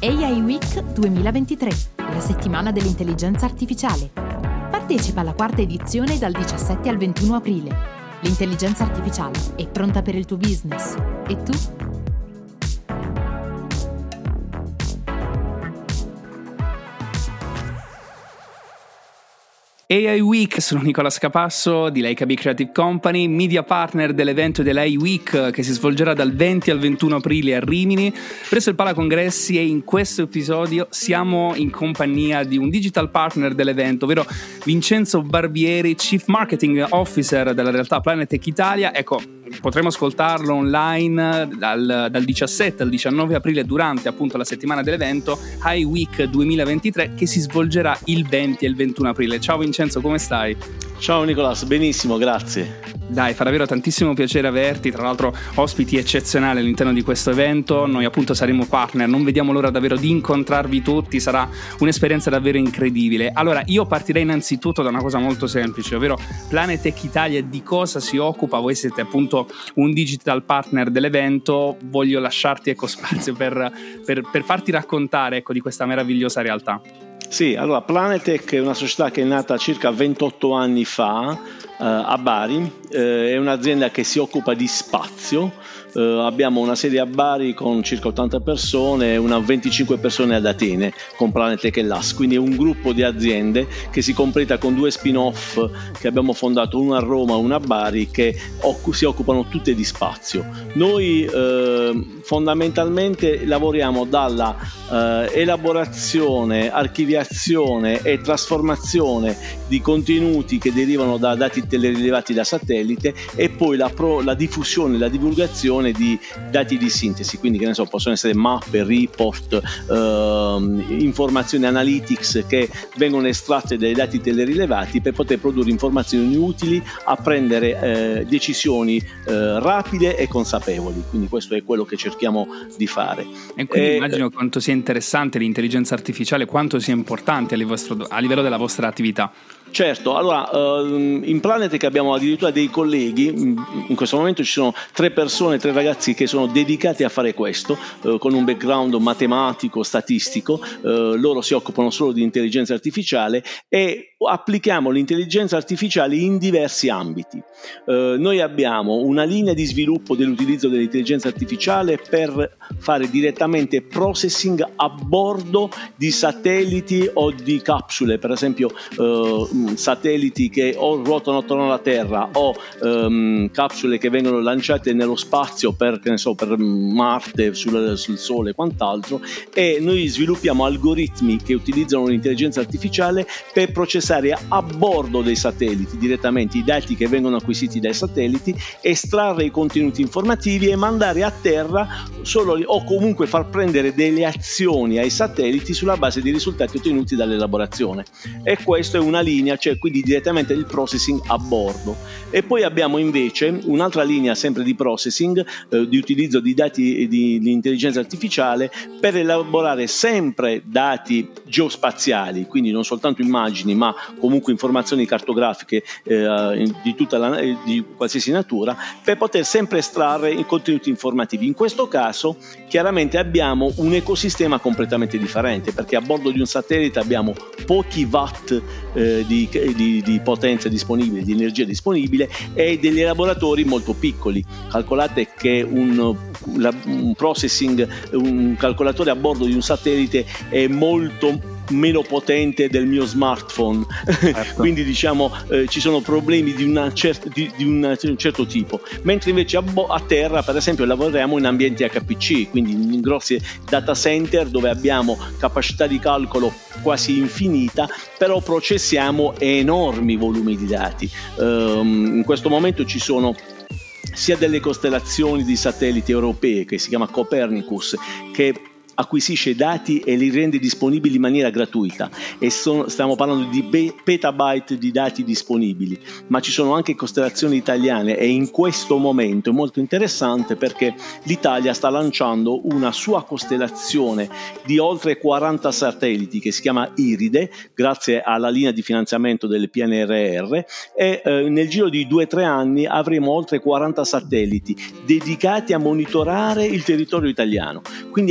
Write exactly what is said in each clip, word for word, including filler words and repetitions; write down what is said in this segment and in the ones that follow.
A I Week duemilaventitré, la settimana dell'intelligenza artificiale. Partecipa alla quarta edizione dal diciassette al ventuno aprile. L'intelligenza artificiale è pronta per il tuo business. E tu? A I Week, sono Nicola Scapasso di Leica B Creative Company, media partner dell'evento dell'A I Week che si svolgerà dal venti al ventuno aprile a Rimini presso il Pala Congressi, e in questo episodio siamo in compagnia di un digital partner dell'evento, ovvero Vincenzo Barbieri, Chief Marketing Officer della realtà Planetech Italia. Ecco, potremo ascoltarlo online dal, dal diciassette al diciannove aprile durante appunto la settimana dell'evento A I Week duemilaventitré che si svolgerà il venti e il ventuno aprile. Ciao Vincenzo, come stai? Ciao Nicolas, benissimo, grazie. Dai, fa davvero tantissimo piacere averti, tra l'altro ospiti eccezionali all'interno di questo evento. Noi appunto saremo partner, non vediamo l'ora davvero di incontrarvi tutti, sarà un'esperienza davvero incredibile. Allora, io partirei innanzitutto da una cosa molto semplice, ovvero Planetech Italia di cosa si occupa? Voi siete appunto un digital partner dell'evento, voglio lasciarti ecco spazio per, per, per farti raccontare ecco di questa meravigliosa realtà. Sì, allora Planetech è una società che è nata circa ventotto anni fa eh, a Bari, eh, è un'azienda che si occupa di spazio. Uh, abbiamo una sede a Bari con circa ottanta persone e una venticinque persone ad Atene con Planetech e L A S, quindi è un gruppo di aziende che si completa con due spin-off che abbiamo fondato, uno a Roma e uno a Bari, che occu- si occupano tutte di spazio. Noi uh, fondamentalmente lavoriamo dalla uh, elaborazione, archiviazione e trasformazione di contenuti che derivano da dati telerilevati da satellite, e poi la, pro- la diffusione, la divulgazione di dati di sintesi, quindi che ne so, possono essere mappe, report, ehm, informazioni, analytics che vengono estratte dai dati telerilevati per poter produrre informazioni utili a prendere eh, decisioni eh, rapide e consapevoli. Quindi questo è quello che cerchiamo di fare. E quindi e, immagino quanto sia interessante l'intelligenza artificiale, quanto sia importante a livello, a livello della vostra attività. Certo, allora in Planetech abbiamo addirittura dei colleghi, in questo momento ci sono tre persone, tre ragazzi che sono dedicati a fare questo, con un background matematico, statistico. Loro si occupano solo di intelligenza artificiale e applichiamo l'intelligenza artificiale in diversi ambiti. Noi abbiamo una linea di sviluppo dell'utilizzo dell'intelligenza artificiale per fare direttamente processing a bordo di satelliti o di capsule, per esempio satelliti che o ruotano attorno alla Terra o um, capsule che vengono lanciate nello spazio per, che ne so, per Marte, sul, sul Sole e quant'altro, e noi sviluppiamo algoritmi che utilizzano l'intelligenza artificiale per processare a bordo dei satelliti direttamente i dati che vengono acquisiti dai satelliti, estrarre i contenuti informativi e mandare a terra solo, o comunque far prendere delle azioni ai satelliti sulla base dei risultati ottenuti dall'elaborazione. E questa è una linea, cioè quindi direttamente il processing a bordo. E poi abbiamo invece un'altra linea sempre di processing, eh, di utilizzo di dati di, di intelligenza artificiale per elaborare sempre dati geospaziali, quindi non soltanto immagini ma comunque informazioni cartografiche eh, di tutta la, di qualsiasi natura, per poter sempre estrarre i contenuti informativi. In questo caso chiaramente abbiamo un ecosistema completamente differente, perché a bordo di un satellite abbiamo pochi watt eh, di Di, di potenza disponibile, di energia disponibile, e degli elaboratori molto piccoli. Calcolate che un, la, un processing, un calcolatore a bordo di un satellite è molto meno potente del mio smartphone. Certo. Quindi diciamo eh, ci sono problemi di, una cer- di, di un certo tipo, mentre invece a, bo- a terra per esempio lavoriamo in ambienti H P C, quindi in grossi data center dove abbiamo capacità di calcolo quasi infinita, però processiamo enormi volumi di dati. Um, in questo momento ci sono sia delle costellazioni di satelliti europee che si chiama Copernicus, che acquisisce dati e li rende disponibili in maniera gratuita, e sono, stiamo parlando di be- petabyte di dati disponibili, ma ci sono anche costellazioni italiane, e in questo momento è molto interessante perché l'Italia sta lanciando una sua costellazione di oltre quaranta satelliti che si chiama IRIDE, grazie alla linea di finanziamento del P N R R, e eh, nel giro di due o tre anni avremo oltre quaranta satelliti dedicati a monitorare il territorio italiano, quindi avremo a disposizione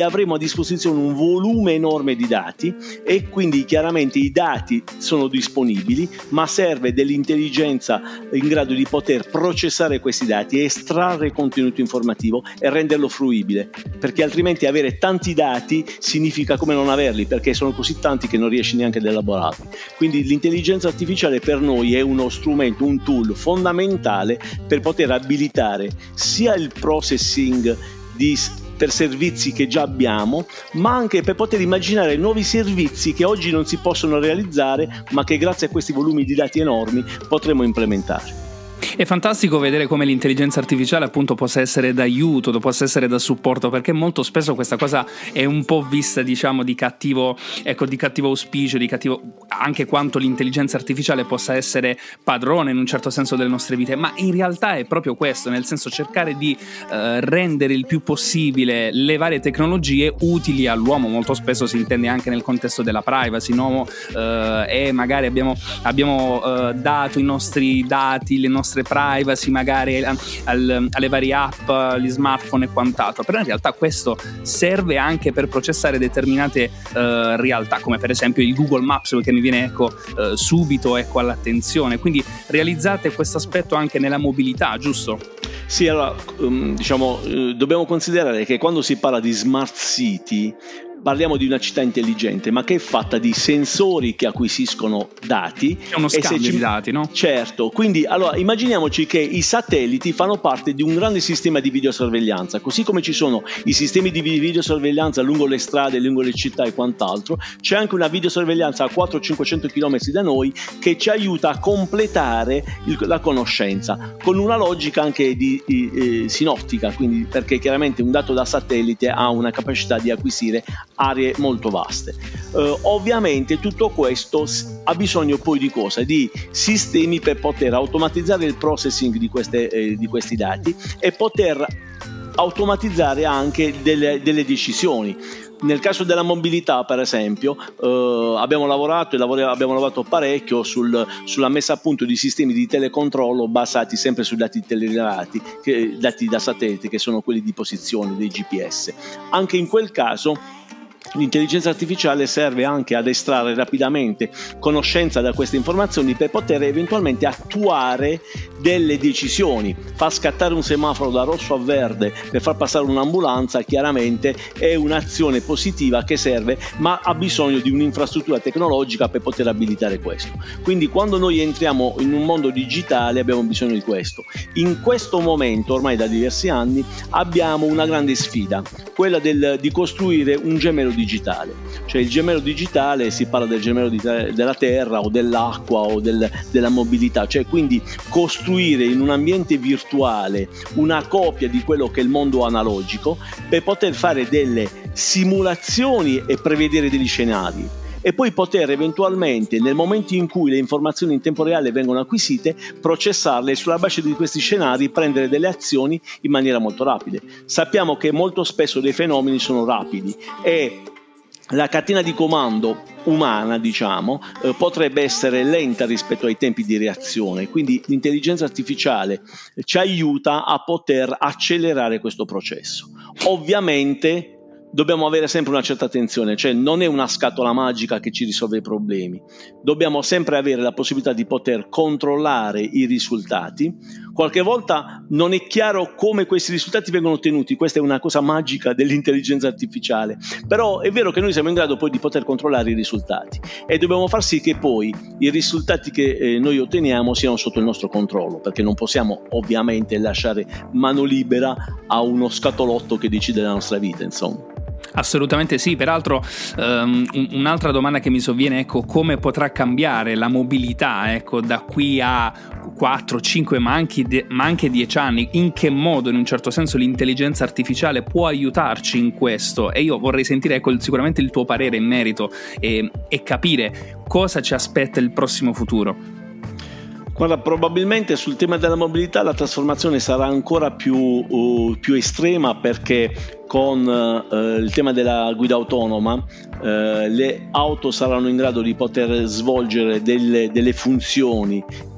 disposizione un volume enorme di dati e quindi chiaramente i dati sono disponibili, ma serve dell'intelligenza in grado di poter processare questi dati, estrarre contenuto informativo e renderlo fruibile, perché altrimenti avere tanti dati significa come non averli, perché sono così tanti che non riesci neanche ad elaborarli. Quindi l'intelligenza artificiale per noi è uno strumento, un tool fondamentale per poter abilitare sia il processing di, per servizi che già abbiamo, ma anche per poter immaginare nuovi servizi che oggi non si possono realizzare, ma che grazie a questi volumi di dati enormi potremo implementare. È fantastico vedere come l'intelligenza artificiale appunto possa essere d'aiuto, possa essere da supporto, perché molto spesso questa cosa è un po' vista, diciamo, di cattivo, ecco, di cattivo auspicio, di cattivo anche quanto l'intelligenza artificiale possa essere padrone in un certo senso delle nostre vite, ma in realtà è proprio questo, nel senso cercare di eh, rendere il più possibile le varie tecnologie utili all'uomo. Molto spesso si intende anche nel contesto della privacy, no? Eh, e magari abbiamo, abbiamo eh, dato i nostri dati, le nostre privacy magari al, al, alle varie app, agli smartphone e quant'altro, però in realtà questo serve anche per processare determinate uh, realtà, come per esempio il Google Maps, che mi viene ecco uh, subito ecco all'attenzione. Quindi realizzate questo aspetto anche nella mobilità, giusto? Sì, allora um, diciamo uh, dobbiamo considerare che quando si parla di smart city parliamo di una città intelligente, ma che è fatta di sensori che acquisiscono dati. È uno scambio ci... di dati, no? Certo, quindi allora immaginiamoci che i satelliti fanno parte di un grande sistema di videosorveglianza, così come ci sono i sistemi di videosorveglianza lungo le strade, lungo le città e quant'altro, c'è anche una videosorveglianza a quattrocento cinquecento chilometri da noi che ci aiuta a completare il, la conoscenza, con una logica anche di, di eh, sinottica, quindi perché chiaramente un dato da satellite ha una capacità di acquisire aree molto vaste. Uh, ovviamente tutto questo ha bisogno poi di cosa? Di sistemi per poter automatizzare il processing di, queste, eh, di questi dati e poter automatizzare anche delle, delle decisioni. Nel caso della mobilità, per esempio, eh, abbiamo lavorato e lavori- abbiamo lavorato parecchio sul, sulla messa a punto di sistemi di telecontrollo basati sempre su dati telerati, che, dati da satellite, che sono quelli di posizione dei G P S. Anche in quel caso l'intelligenza artificiale serve anche ad estrarre rapidamente conoscenza da queste informazioni per poter eventualmente attuare delle decisioni. Far scattare un semaforo da rosso a verde per far passare un'ambulanza chiaramente è un'azione positiva che serve, ma ha bisogno di un'infrastruttura tecnologica per poter abilitare questo. Quindi quando noi entriamo in un mondo digitale abbiamo bisogno di questo. In questo momento, ormai da diversi anni, abbiamo una grande sfida, quella del, di costruire un gemello digitale. Cioè il gemello digitale, si parla del gemello di te- della terra o dell'acqua o del, della mobilità, cioè quindi costruire in un ambiente virtuale una copia di quello che è il mondo analogico per poter fare delle simulazioni e prevedere degli scenari e poi poter eventualmente, nel momento in cui le informazioni in tempo reale vengono acquisite, processarle e sulla base di questi scenari prendere delle azioni in maniera molto rapida. Sappiamo che molto spesso dei fenomeni sono rapidi e la catena di comando umana, diciamo, eh, potrebbe essere lenta rispetto ai tempi di reazione, quindi l'intelligenza artificiale ci aiuta a poter accelerare questo processo. Ovviamente dobbiamo avere sempre una certa attenzione, cioè non è una scatola magica che ci risolve i problemi, dobbiamo sempre avere la possibilità di poter controllare i risultati. Qualche volta non è chiaro come questi risultati vengono ottenuti, questa è una cosa magica dell'intelligenza artificiale, però è vero che noi siamo in grado poi di poter controllare i risultati e dobbiamo far sì che poi i risultati che eh, noi otteniamo siano sotto il nostro controllo, perché non possiamo ovviamente lasciare mano libera a uno scatolotto che decide la nostra vita, insomma. Assolutamente sì, peraltro um, un'altra domanda che mi sovviene, ecco, come potrà cambiare la mobilità, ecco, da qui a quattro, cinque, ma anche, de- ma anche dieci anni, in che modo in un certo senso l'intelligenza artificiale può aiutarci in questo? E io vorrei sentire, ecco, sicuramente il tuo parere in merito e, e capire cosa ci aspetta il prossimo futuro. Guarda, probabilmente sul tema della mobilità la trasformazione sarà ancora più, uh, più estrema, perché con uh, il tema della guida autonoma uh, le auto saranno in grado di poter svolgere delle, delle funzioni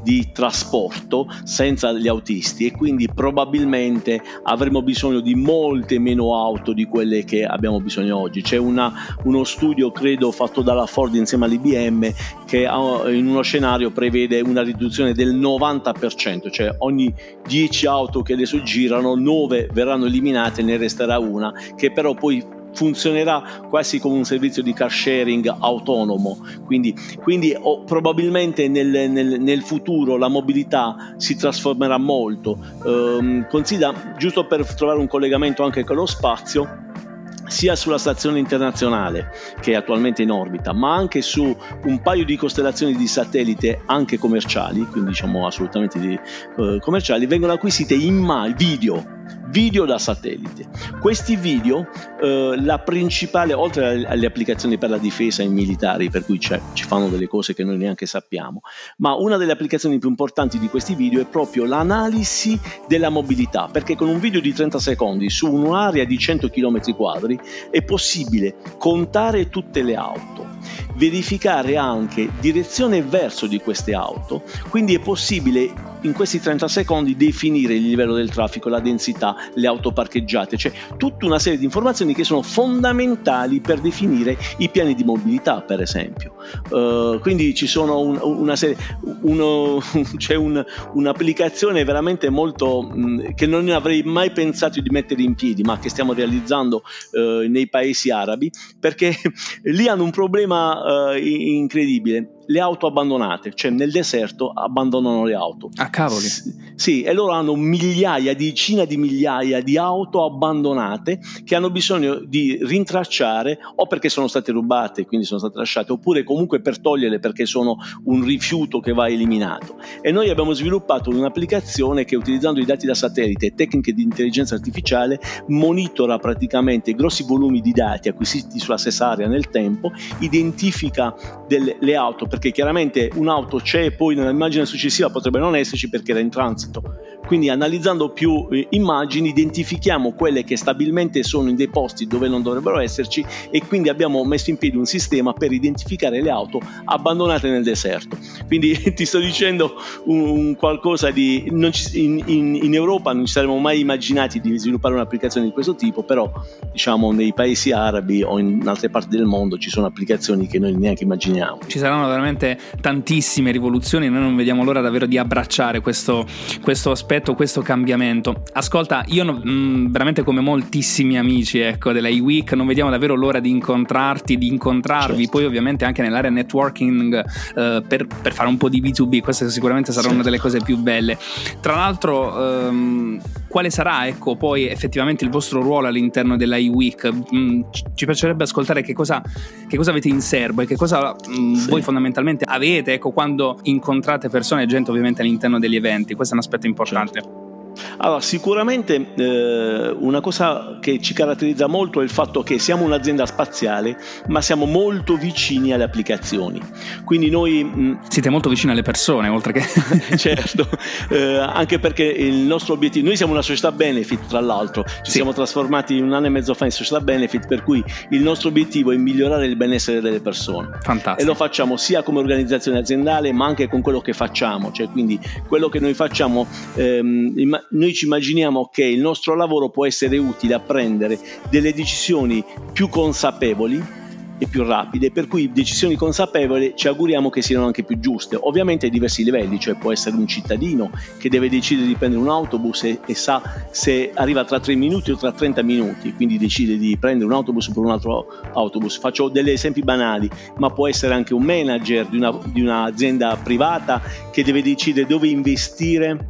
di trasporto senza gli autisti, e quindi probabilmente avremo bisogno di molte meno auto di quelle che abbiamo bisogno oggi. C'è una, uno studio, credo, fatto dalla Ford insieme all'I B M che in uno scenario prevede una riduzione del novanta per cento, cioè ogni dieci auto che adesso girano, nove verranno eliminate, ne resterà una che però poi funzionerà quasi come un servizio di car sharing autonomo. Quindi, quindi oh, probabilmente nel, nel, nel futuro la mobilità si trasformerà molto. Um, considera, giusto per trovare un collegamento anche con lo spazio, sia sulla stazione internazionale che è attualmente in orbita, ma anche su un paio di costellazioni di satellite anche commerciali, quindi diciamo assolutamente di, uh, commerciali, vengono acquisite immagini, video video da satellite. Questi video, eh, la principale, oltre alle applicazioni per la difesa e i militari, per cui ci fanno delle cose che noi neanche sappiamo, ma una delle applicazioni più importanti di questi video è proprio l'analisi della mobilità, perché con un video di trenta secondi su un'area di cento chilometri quadri è possibile contare tutte le auto, verificare anche direzione e verso di queste auto, quindi è possibile in questi trenta secondi definire il livello del traffico, la densità, le auto parcheggiate, cioè tutta una serie di informazioni che sono fondamentali per definire i piani di mobilità, per esempio. Uh, quindi ci sono un, una serie, uno, c'è un, un'applicazione veramente molto mh, che non avrei mai pensato di mettere in piedi, ma che stiamo realizzando uh, nei paesi arabi, perché lì hanno un problema uh, incredibile. Le auto abbandonate, cioè nel deserto abbandonano le auto. Ah, cavoli. S- sì, e loro hanno migliaia, decine di migliaia di auto abbandonate che hanno bisogno di rintracciare, o perché sono state rubate, quindi sono state lasciate, oppure comunque per toglierle perché sono un rifiuto che va eliminato. E noi abbiamo sviluppato un'applicazione che, utilizzando i dati da satellite e tecniche di intelligenza artificiale, monitora praticamente grossi volumi di dati acquisiti sulla stessa area nel tempo, identifica delle, le auto, perché chiaramente un'auto c'è, poi nell'immagine successiva potrebbe non esserci perché era in transito. Quindi analizzando più eh, immagini identifichiamo quelle che stabilmente sono in dei posti dove non dovrebbero esserci, e quindi abbiamo messo in piedi un sistema per identificare le auto abbandonate nel deserto. Quindi ti sto dicendo un, un qualcosa di non ci, in, in, in Europa non ci saremmo mai immaginati di sviluppare un'applicazione di questo tipo, però diciamo nei paesi arabi o in altre parti del mondo ci sono applicazioni che noi neanche immaginiamo. Ci saranno veramente tantissime rivoluzioni, noi non vediamo l'ora davvero di abbracciare questo, questo aspetto, questo cambiamento. Ascolta, io no, mh, veramente come moltissimi amici ecco della iWeek non vediamo davvero l'ora di incontrarti, di incontrarvi, certo. Poi ovviamente anche nell'area networking eh, per, per fare un po' di B due B, questa sicuramente sarà certo. Una delle cose più belle. Tra l'altro ehm, quale sarà ecco poi effettivamente il vostro ruolo all'interno della iWeek? Mh, ci piacerebbe ascoltare che cosa, che cosa avete in serbo e che cosa mh, sì. voi fondamentalmente avete ecco quando incontrate persone e gente ovviamente all'interno degli eventi. Questo è un aspetto importante. Certo. Allora, sicuramente eh, una cosa che ci caratterizza molto è il fatto che siamo un'azienda spaziale, ma siamo molto vicini alle applicazioni. Quindi noi mh, siete molto vicini alle persone, oltre che certo, eh, anche perché il nostro obiettivo, noi siamo una società benefit, tra l'altro, ci sì. siamo trasformati un anno e mezzo fa in società benefit, per cui il nostro obiettivo è migliorare il benessere delle persone. Fantastico. E lo facciamo sia come organizzazione aziendale, ma anche con quello che facciamo, cioè quindi quello che noi facciamo ehm, noi ci immaginiamo che il nostro lavoro può essere utile a prendere delle decisioni più consapevoli e più rapide, per cui decisioni consapevoli ci auguriamo che siano anche più giuste, ovviamente a diversi livelli, cioè può essere un cittadino che deve decidere di prendere un autobus e, e sa se arriva tra tre minuti o tra trenta minuti, quindi decide di prendere un autobus per un altro autobus. Faccio degli esempi banali, ma può essere anche un manager di, una, di un'azienda privata che deve decidere dove investire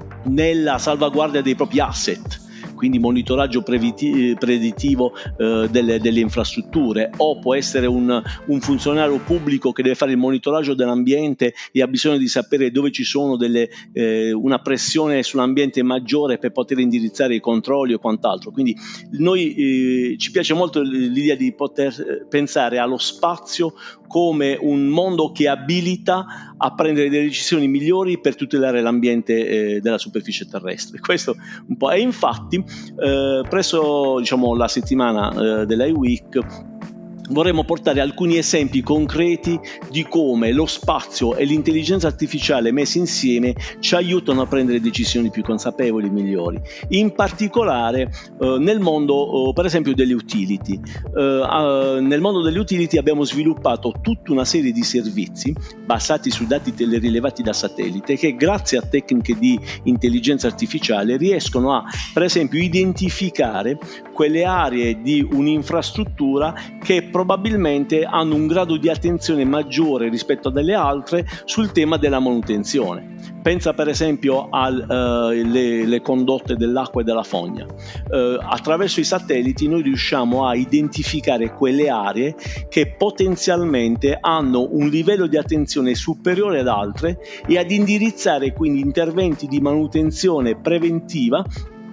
nella salvaguardia dei propri asset, quindi monitoraggio previti- predittivo eh, delle, delle infrastrutture, o può essere un, un funzionario pubblico che deve fare il monitoraggio dell'ambiente e ha bisogno di sapere dove ci sono delle, eh, una pressione sull'ambiente maggiore per poter indirizzare i controlli e quant'altro. Quindi noi eh, ci piace molto l'idea di poter pensare allo spazio come un mondo che abilita a prendere delle decisioni migliori per tutelare l'ambiente eh, della superficie terrestre. Questo un po'. E infatti eh, presso diciamo la settimana eh, della iWeek vorremmo portare alcuni esempi concreti di come lo spazio e l'intelligenza artificiale messi insieme ci aiutano a prendere decisioni più consapevoli e migliori. In particolare eh, nel mondo, eh, per esempio, delle utility. Eh, eh, nel mondo delle utility abbiamo sviluppato tutta una serie di servizi basati su dati telerilevati da satellite che, grazie a tecniche di intelligenza artificiale, riescono a, per esempio, identificare quelle aree di un'infrastruttura che probabilmente hanno un grado di attenzione maggiore rispetto a delle altre sul tema della manutenzione. Pensa per esempio alle uh, condotte dell'acqua e della fogna. Uh, attraverso i satelliti noi riusciamo a identificare quelle aree che potenzialmente hanno un livello di attenzione superiore ad altre e ad indirizzare quindi interventi di manutenzione preventiva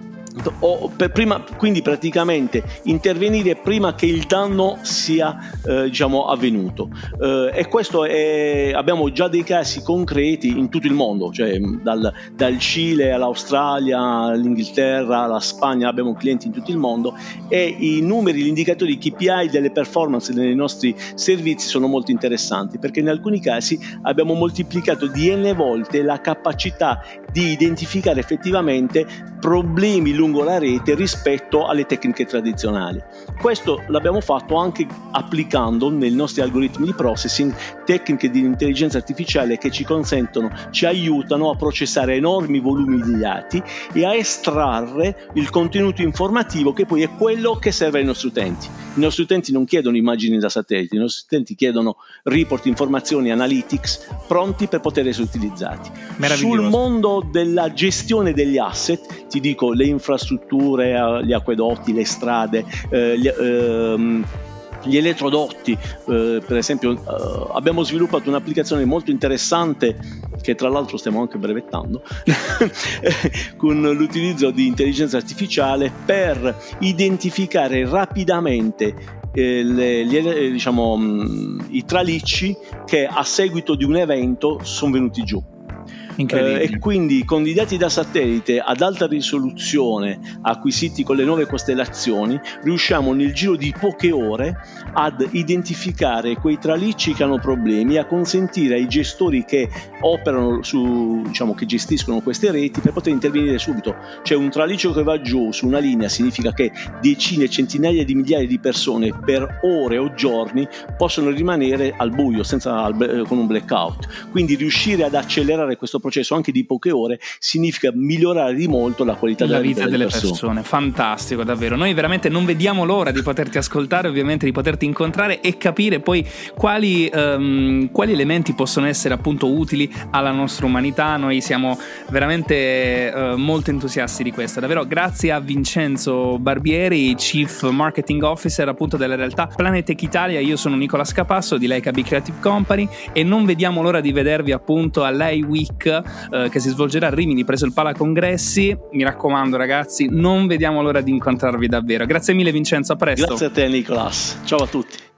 o per prima, quindi praticamente intervenire prima che il danno sia eh, diciamo avvenuto, eh, e questo è, abbiamo già dei casi concreti in tutto il mondo, cioè dal, dal Cile all'Australia, all'Inghilterra, alla Spagna, abbiamo clienti in tutto il mondo e i numeri, gli indicatori, i K P I delle performance dei nostri servizi sono molto interessanti, perché in alcuni casi abbiamo moltiplicato di n volte la capacità di identificare effettivamente problemi lungo la rete rispetto alle tecniche tradizionali. Questo l'abbiamo fatto anche applicando nei nostri algoritmi di processing tecniche di intelligenza artificiale che ci consentono, ci aiutano a processare enormi volumi di dati e a estrarre il contenuto informativo che poi è quello che serve ai nostri utenti. I nostri utenti non chiedono immagini da satellite, i nostri utenti chiedono report, informazioni, analytics pronti per poter essere utilizzati. Sul mondo della gestione degli asset, ti dico, le infrastrutture, gli acquedotti, le strade, eh, gli, ehm, gli elettrodotti, eh, per esempio, eh, abbiamo sviluppato un'applicazione molto interessante che tra l'altro stiamo anche brevettando con l'utilizzo di intelligenza artificiale per identificare rapidamente eh, le, le, diciamo, mh, i tralicci che a seguito di un evento sono venuti giù. Eh, e quindi con i dati da satellite ad alta risoluzione acquisiti con le nuove costellazioni riusciamo nel giro di poche ore ad identificare quei tralicci che hanno problemi e a consentire ai gestori che operano su, diciamo, che gestiscono queste reti, per poter intervenire subito. C'è un traliccio che va giù su una linea, significa che decine, centinaia di migliaia di persone per ore o giorni possono rimanere al buio senza, con un blackout. Quindi riuscire ad accelerare questo processo anche di poche ore significa migliorare di molto la qualità la della vita vita delle persone. persone. Fantastico, davvero. Noi veramente non vediamo l'ora di poterti ascoltare, ovviamente di poterti incontrare e capire poi quali, um, quali elementi possono essere appunto utili alla nostra umanità. Noi siamo veramente uh, molto entusiasti di questo. Davvero grazie a Vincenzo Barbieri, Chief Marketing Officer appunto della realtà Planetech Italia. Io sono Nicola Scapasso di Leica Big Creative Company e non vediamo l'ora di vedervi appunto all'A I Week eh, che si svolgerà a Rimini presso il Pala Congressi. Mi raccomando ragazzi, non vediamo l'ora di incontrarvi davvero. Grazie mille Vincenzo, a presto. Grazie a te Nicolas, ciao a tutti.